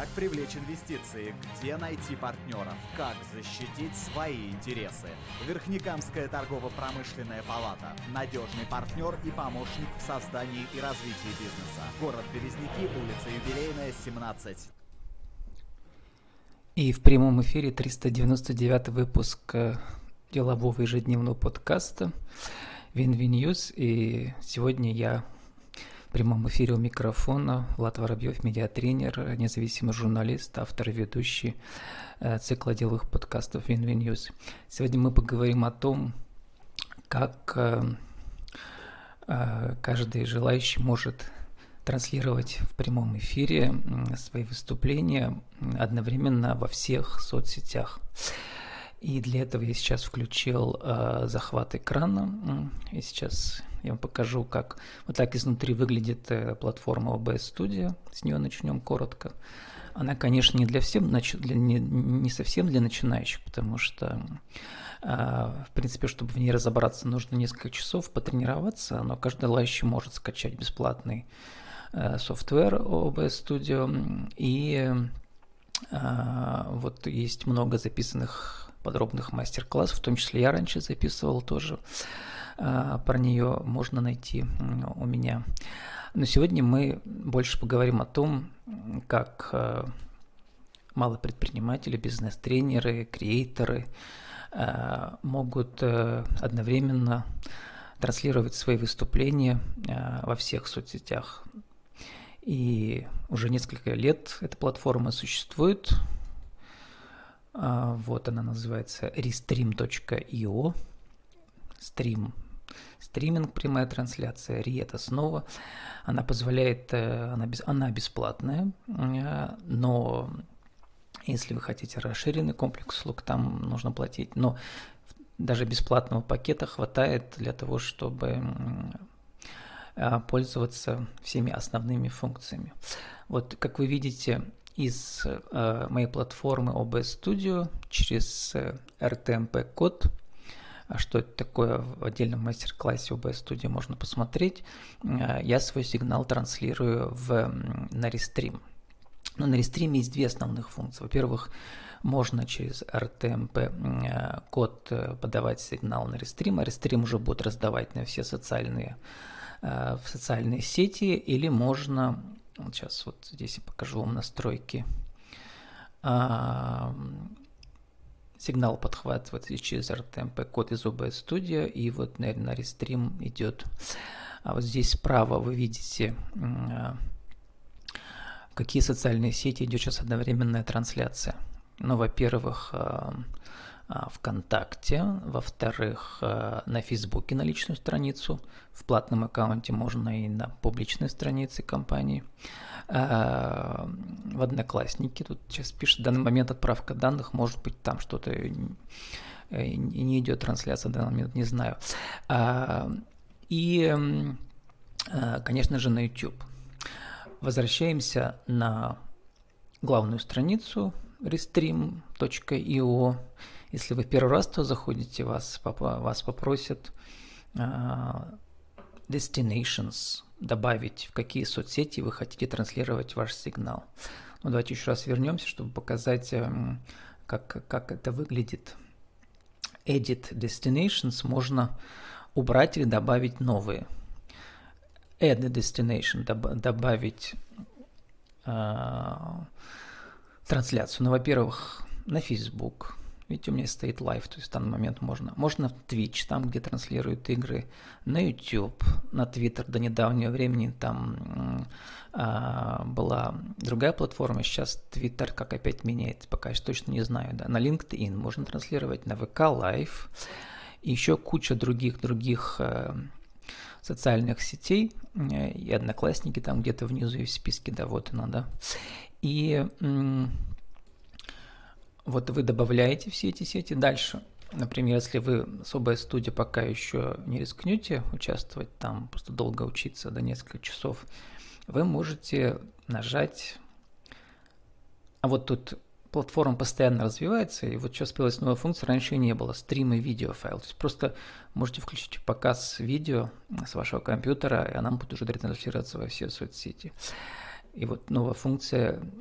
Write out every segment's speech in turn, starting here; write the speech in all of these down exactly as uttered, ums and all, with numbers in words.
Как привлечь инвестиции, где найти партнеров, как защитить свои интересы. Верхнекамская торгово-промышленная палата. Надежный партнер и помощник в создании и развитии бизнеса. Город Березники, улица Юбилейная, семнадцать. И в прямом эфире триста девяносто девятый выпуск делового ежедневного подкаста WinWin-News. И сегодня я в прямом эфире у микрофона Влад Воробьев, медиатренер, независимый журналист, автор и ведущий цикла деловых подкастов WinWin-News. Сегодня мы поговорим о том, как каждый желающий может транслировать в прямом эфире свои выступления одновременно во всех соцсетях. И для этого я сейчас включил э, захват экрана. И сейчас я вам покажу, как вот так изнутри выглядит э, платформа о бэ эс Studio. С нее начнем коротко. Она, конечно, не для всем, для, не, не совсем для начинающих, потому что, э, в принципе, чтобы в ней разобраться, нужно несколько часов потренироваться, но каждый желающий может скачать бесплатный э, софтвер о бэ эс Studio. И э, вот есть много записанных подробных мастер-классов, в том числе я раньше записывал тоже, про нее можно найти у меня. Но сегодня мы больше поговорим о том, как малопредприниматели, бизнес-тренеры, креаторы могут одновременно транслировать свои выступления во всех соцсетях. И уже несколько лет эта платформа существует. Вот она называется рестрим точка ай о. Стрим, стриминг, прямая трансляция. Ри – это снова. Она позволяет, она, без, она бесплатная, но если вы хотите расширенный комплекс услуг, там нужно платить. Но даже бесплатного пакета хватает для того, чтобы пользоваться всеми основными функциями. Вот, как вы видите, из э, моей платформы о бэ эс Studio через э, эр тэ эм пэ-код. А что это такое, в отдельном мастер-классе о бэ эс Studio можно посмотреть. Э, я свой сигнал транслирую в, на Restream. Но на Restream есть две основных функции. Во-первых, можно через эр тэ эм пэ-код подавать сигнал на Restream, а Restream уже будет раздавать на все социальные, э, в социальные сети, или можно... Вот сейчас вот здесь я покажу вам настройки. А, сигнал подхватывается через эр тэ эм пэ-код из о бэ эс Studio, и вот на, на Restream идет. А вот здесь справа вы видите, в какие социальные сети идет сейчас одновременная трансляция. Ну, во-первых, ВКонтакте, во-вторых, на Фейсбуке на личную страницу, в платном аккаунте можно и на публичной странице компании, в Одноклассники, тут сейчас пишет, в данный момент отправка данных, может быть там что-то и не идет трансляция в данный момент, не знаю. И, конечно же, на YouTube. Возвращаемся на главную страницу рестрим точка ай о. Если вы первый раз то заходите, вас, вас попросят uh, destinations добавить, в какие соцсети вы хотите транслировать ваш сигнал. Ну, давайте еще раз вернемся, чтобы показать, как, как это выглядит. Edit destinations можно убрать или добавить новые. Add destination, доб- добавить uh, трансляцию. Ну, во-первых, на Facebook. Видите, у меня стоит лайв, то есть в данный момент можно. Можно в Twitch, там, где транслируют игры, на YouTube, на Twitter до недавнего времени там а, была другая платформа, сейчас Twitter как опять меняется, пока я точно не знаю. Да. На LinkedIn можно транслировать, на вэ ка Live, и еще куча других-других а, социальных сетей, и Одноклассники там где-то внизу и в списке, да, вот она, да. И... М- Вот вы добавляете все эти сети. Дальше, например, если вы с о бэ эс Studio пока еще не рискнете участвовать там, просто долго учиться, до нескольких часов, вы можете нажать... А вот тут платформа постоянно развивается, и вот сейчас появилась новая функция, раньше ее не было, стрим и видеофайл. То есть просто можете включить показ видео с вашего компьютера, и она будет уже ретранслироваться во все соцсети. И вот новая функция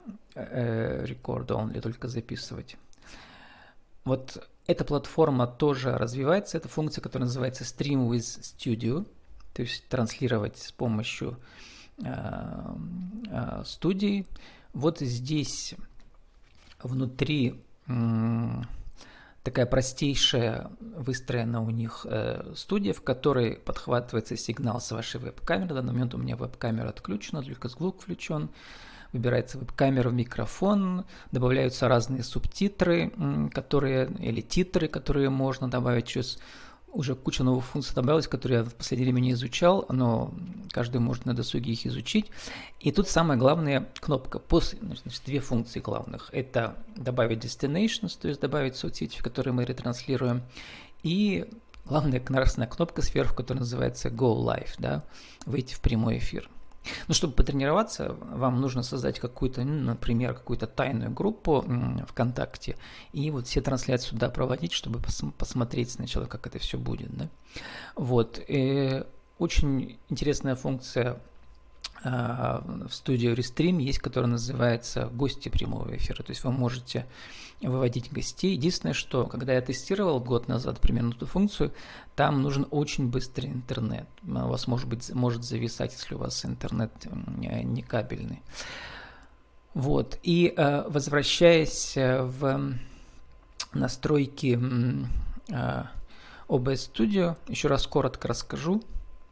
э, record only, только записывать. Вот эта платформа тоже развивается. Это функция, которая называется Stream with Studio, то есть транслировать с помощью э, э, студии. Вот здесь внутри э, такая простейшая выстроена у них э, студия, в которой подхватывается сигнал с вашей веб-камеры. В данный момент у меня веб-камера отключена, только звук включен. Выбирается веб-камера, микрофон, добавляются разные субтитры, которые, или титры, которые можно добавить. Сейчас уже куча новых функций добавилась, которые я в последнее время не изучал, но каждый может на досуге их изучить. И тут самая главная кнопка, после, значит, две функции главных. Это добавить destinations, то есть добавить соцсети, в которые мы ретранслируем. И главная красная кнопка сверху, которая называется Go Live, да, выйти в прямой эфир. Ну, чтобы потренироваться, вам нужно создать какую-то, ну, например, какую-то тайную группу ВКонтакте и вот все трансляции сюда проводить, чтобы пос- посмотреть сначала, как это все будет, да. Вот. И очень интересная функция а, в Studio Restream есть, которая называется «Гости прямого эфира». То есть вы можете выводить гостей. Единственное, что когда я тестировал год назад примерно эту функцию, там нужен очень быстрый интернет. У вас может быть может зависать, если у вас интернет не кабельный. Вот. И возвращаясь в настройки о би эс Studio, еще раз коротко расскажу.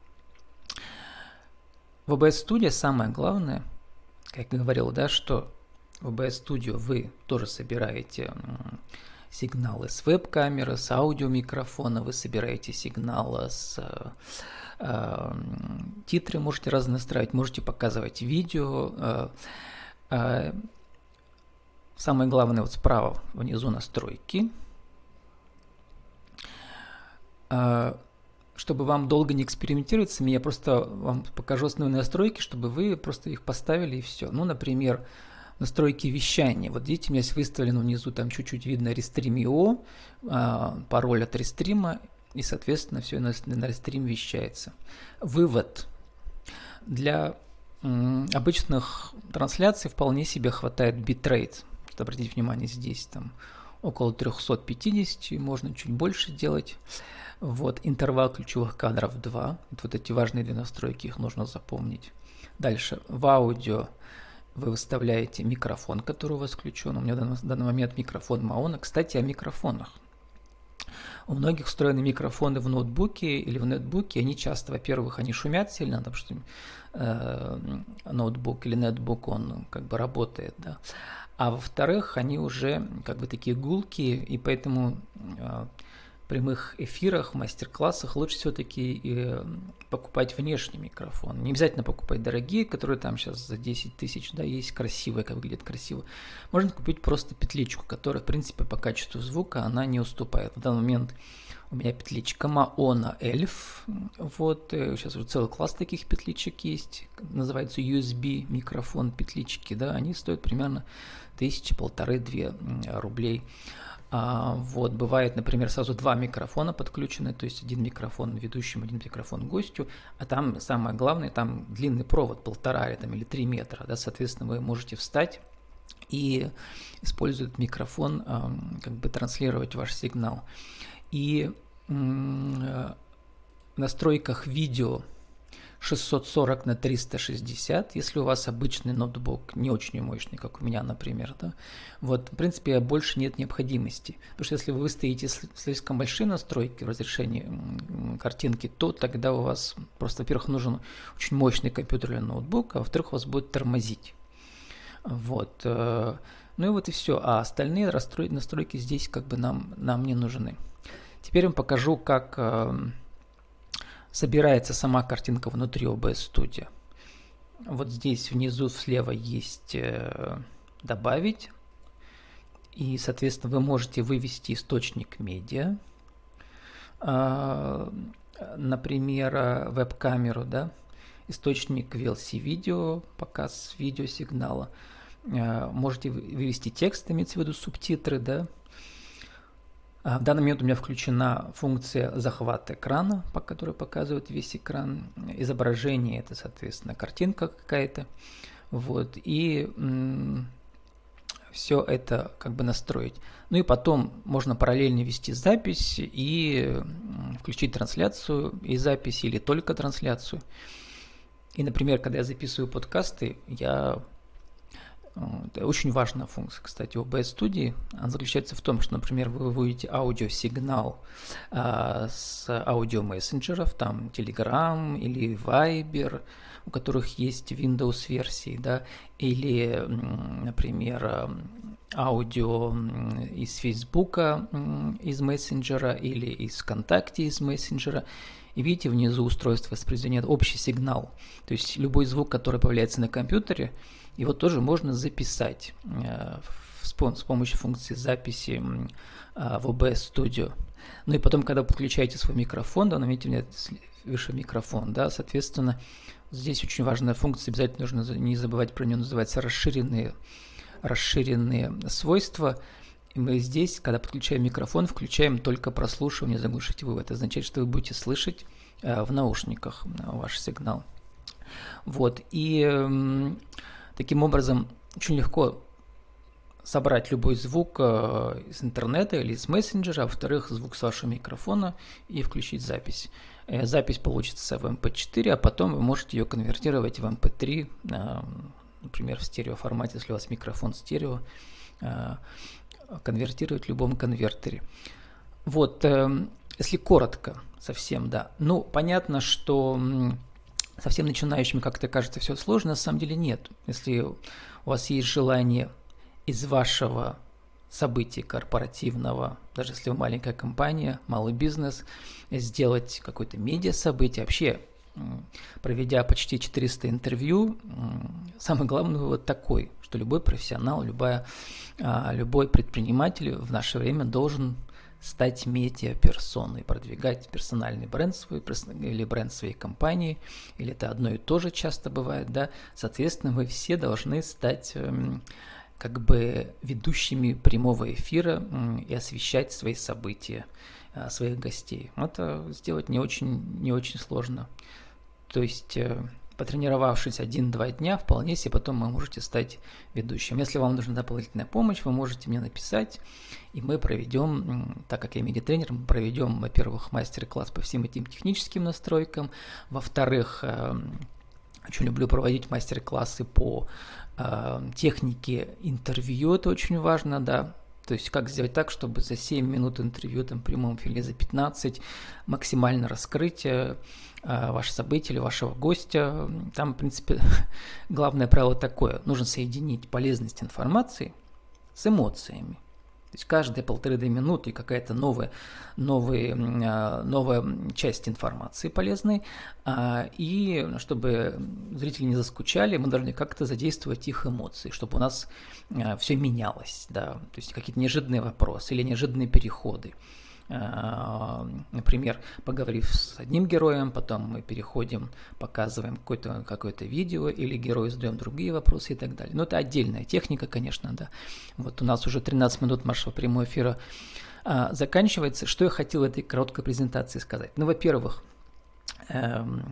В о би эс Studio самое главное, как я говорил, да, что в о би эс Studio вы тоже собираете сигналы с веб-камеры, с аудиомикрофона, вы собираете сигналы с э, титры, можете разнастраивать, можете показывать видео. Э, э, самое главное, вот справа внизу настройки. Э, Чтобы вам долго не экспериментировать с ними, я просто вам покажу основные настройки, чтобы вы просто их поставили и все. Ну, например, настройки вещания. Вот видите, у меня есть выставлено внизу, там чуть-чуть видно Restream.io, пароль от Restream, и, соответственно, все на, на Restream вещается. Вывод. Для м, обычных трансляций вполне себе хватает битрейт. Обратите внимание, здесь там около триста пятьдесят, можно чуть больше сделать. Вот, интервал ключевых кадров два. Это вот эти важные две настройки, их нужно запомнить. Дальше, в аудио вы выставляете микрофон, который у вас включен. У меня в данный, в данный момент микрофон Маона. Кстати, о микрофонах. У многих встроены микрофоны в ноутбуке или в нетбуке. Они часто, во-первых, они шумят сильно, потому что э, ноутбук или нетбук, он как бы работает, да. А во-вторых, они уже как бы такие гулкие, и поэтому э, в прямых эфирах, мастер-классах лучше все-таки э, покупать внешний микрофон. Не обязательно покупать дорогие, которые там сейчас за десять тысяч, да, есть красивые, как выглядит красиво. Можно купить просто петличку, которая, в принципе, по качеству звука она не уступает. В данный момент у меня петличка Maona Elf. Вот, сейчас уже целый класс таких петличек есть. Называется ю эс би микрофон петлички, да, они стоят примерно тысячи, полторы-две рублей. А, вот, бывает, например, сразу два микрофона подключены, то есть один микрофон ведущему, один микрофон гостю, а там самое главное, там длинный провод полтора или, там, или три метра, да, соответственно, вы можете встать и используя этот микрофон, а, как бы транслировать ваш сигнал. И м- в настройках видео шестьсот сорок на триста шестьдесят, если у вас обычный ноутбук, не очень мощный, как у меня, например, да, вот, в принципе, больше нет необходимости, потому что если вы выставите слишком большие настройки в разрешении картинки, то тогда у вас просто, во-первых, нужен очень мощный компьютер или ноутбук, а во-вторых, у вас будет тормозить. Вот, ну и вот и все, а остальные настройки здесь как бы нам, нам не нужны. Теперь я вам покажу, как собирается сама картинка внутри о би эс Studio. Вот здесь внизу слева есть э, «Добавить». И, соответственно, вы можете вывести источник медиа. Э, например, веб-камеру, да, источник ви эл си-видео, показ видеосигнала. Э, можете вывести текст, имеется в виду субтитры, да. В данный момент у меня включена функция захвата экрана, по которой показывает весь экран. Изображение – это, соответственно, картинка какая-то. Вот. И м- все это как бы настроить. Ну и потом можно параллельно вести запись и включить трансляцию и запись, или только трансляцию. И, например, когда я записываю подкасты, я... Это очень важная функция, кстати, о би эс-студии. Она заключается в том, что, например, вы выводите аудиосигнал а, с аудиомессенджеров, там Telegram или Viber, у которых есть Windows-версии, да, или, например, аудио из Фейсбука, из мессенджера, или из ВКонтакте, из мессенджера. И видите, внизу устройство воспроизведения – общий сигнал. То есть любой звук, который появляется на компьютере, его тоже можно записать с помощью функции записи в о би эс Studio. Ну и потом, когда подключаете свой микрофон, да, видите, у меня выше микрофон, да, соответственно, здесь очень важная функция, обязательно нужно не забывать про нее, называется расширенные, расширенные свойства. И мы здесь, когда подключаем микрофон, включаем только прослушивание, заглушите вывод. Это означает, что вы будете слышать в наушниках ваш сигнал. Вот, и таким образом очень легко собрать любой звук из интернета или из мессенджера, а во-вторых, звук с вашего микрофона, и включить запись. Запись получится в эм пэ четыре, а потом вы можете ее конвертировать в эм пэ три, например, в стереоформате, если у вас микрофон стерео, конвертировать в любом конвертере. Вот, если коротко совсем, да. Ну, понятно, что совсем начинающим как-то кажется все сложно, на самом деле нет. Если у вас есть желание из вашего события корпоративного, даже если вы маленькая компания, малый бизнес, сделать какое-то медиа-событие, вообще проведя почти четыреста интервью, самый главный вывод такой, что любой профессионал, любая, любой предприниматель в наше время должен стать медиа-персоной, продвигать персональный бренд свой или бренд своей компании, или это одно и то же часто бывает, да, соответственно, вы все должны стать как бы ведущими прямого эфира и освещать свои события, своих гостей. Это сделать не очень, не очень сложно. То есть, потренировавшись один-два дня, вполне себе потом вы можете стать ведущим. Если вам нужна дополнительная помощь, вы можете мне написать, и мы проведем, так как я медиатренер, мы проведем, во-первых, мастер-класс по всем этим техническим настройкам, во-вторых, очень люблю проводить мастер-классы по технике интервью, это очень важно, да. То есть как сделать так, чтобы за семь минут интервью, там, в прямом эфире, за пятнадцать максимально раскрыть э, ваше событие или вашего гостя. Там, в принципе, главное правило такое. Нужно соединить полезность информации с эмоциями. То есть каждые полторы-две минуты какая-то новая, новая, новая часть информации полезной. И чтобы зрители не заскучали, мы должны как-то задействовать их эмоции, чтобы у нас все менялось. Да? То есть какие-то неожиданные вопросы или неожиданные переходы. Например, поговорив с одним героем, потом мы переходим, показываем какое-то, какое-то видео, или герою задаем другие вопросы и так далее. Но это отдельная техника, конечно, да. Вот у нас уже тринадцать минут нашего прямого эфира а, заканчивается. Что я хотел в этой короткой презентации сказать? Ну, во-первых, эм,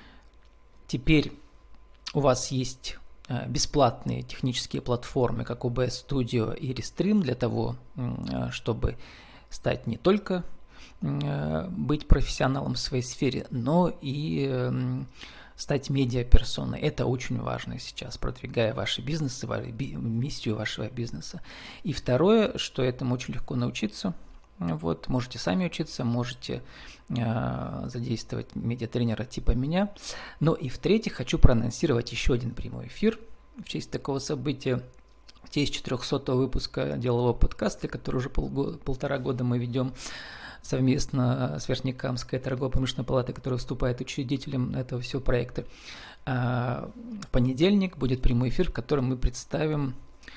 теперь у вас есть бесплатные технические платформы, как о би эс Studio и Restream, для того, чтобы стать не только э, быть профессионалом в своей сфере, но и э, стать медиаперсоной. Это очень важно сейчас, продвигая ваши бизнесы, миссию вашего бизнеса. И второе, что этому очень легко научиться. Вот, можете сами учиться, можете э, задействовать медиатренера типа меня. Но и в-третьих, хочу проанонсировать еще один прямой эфир в честь такого события. В честь четырехсотого выпуска делового подкаста, который уже полгода, полтора года мы ведем совместно с Верхнекамской торгово-промышленной палатой, которая выступает учредителем этого всего проекта. В понедельник будет прямой эфир, в котором мы представим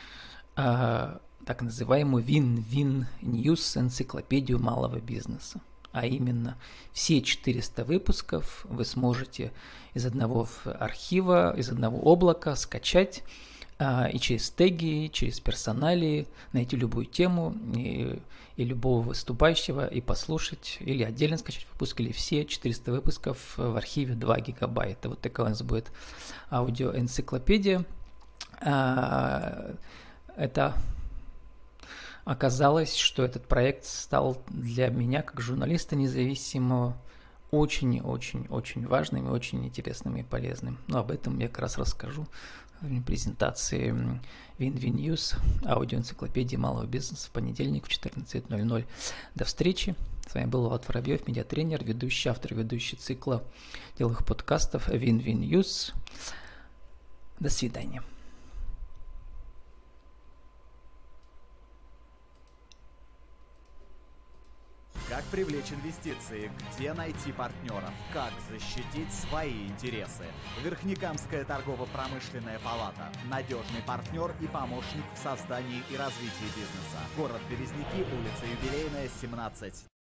так называемую Win-Win News энциклопедию малого бизнеса. А именно, все четыреста выпусков вы сможете из одного архива, из одного облака скачать, и через теги, через персоналии найти любую тему и, и любого выступающего и послушать, или отдельно скачать выпуск, или все четыреста выпусков в архиве два гигабайта. Вот такая у нас будет аудиоэнциклопедия. Это оказалось, что этот проект стал для меня, как журналиста независимого, очень-очень-очень важным и очень интересным и полезным. Но об этом я как раз расскажу в презентации WinWin News, аудиоэнциклопедии малого бизнеса в понедельник в четырнадцать ноль ноль. До встречи. С вами был Влад Воробьев, медиатренер, ведущий, автор, ведущий цикла деловых подкастов WinWin News. До свидания. Как привлечь инвестиции, где найти партнеров, как защитить свои интересы. Верхнекамская торгово-промышленная палата. Надежный партнер и помощник в создании и развитии бизнеса. Город Березники, улица Юбилейная, семнадцать.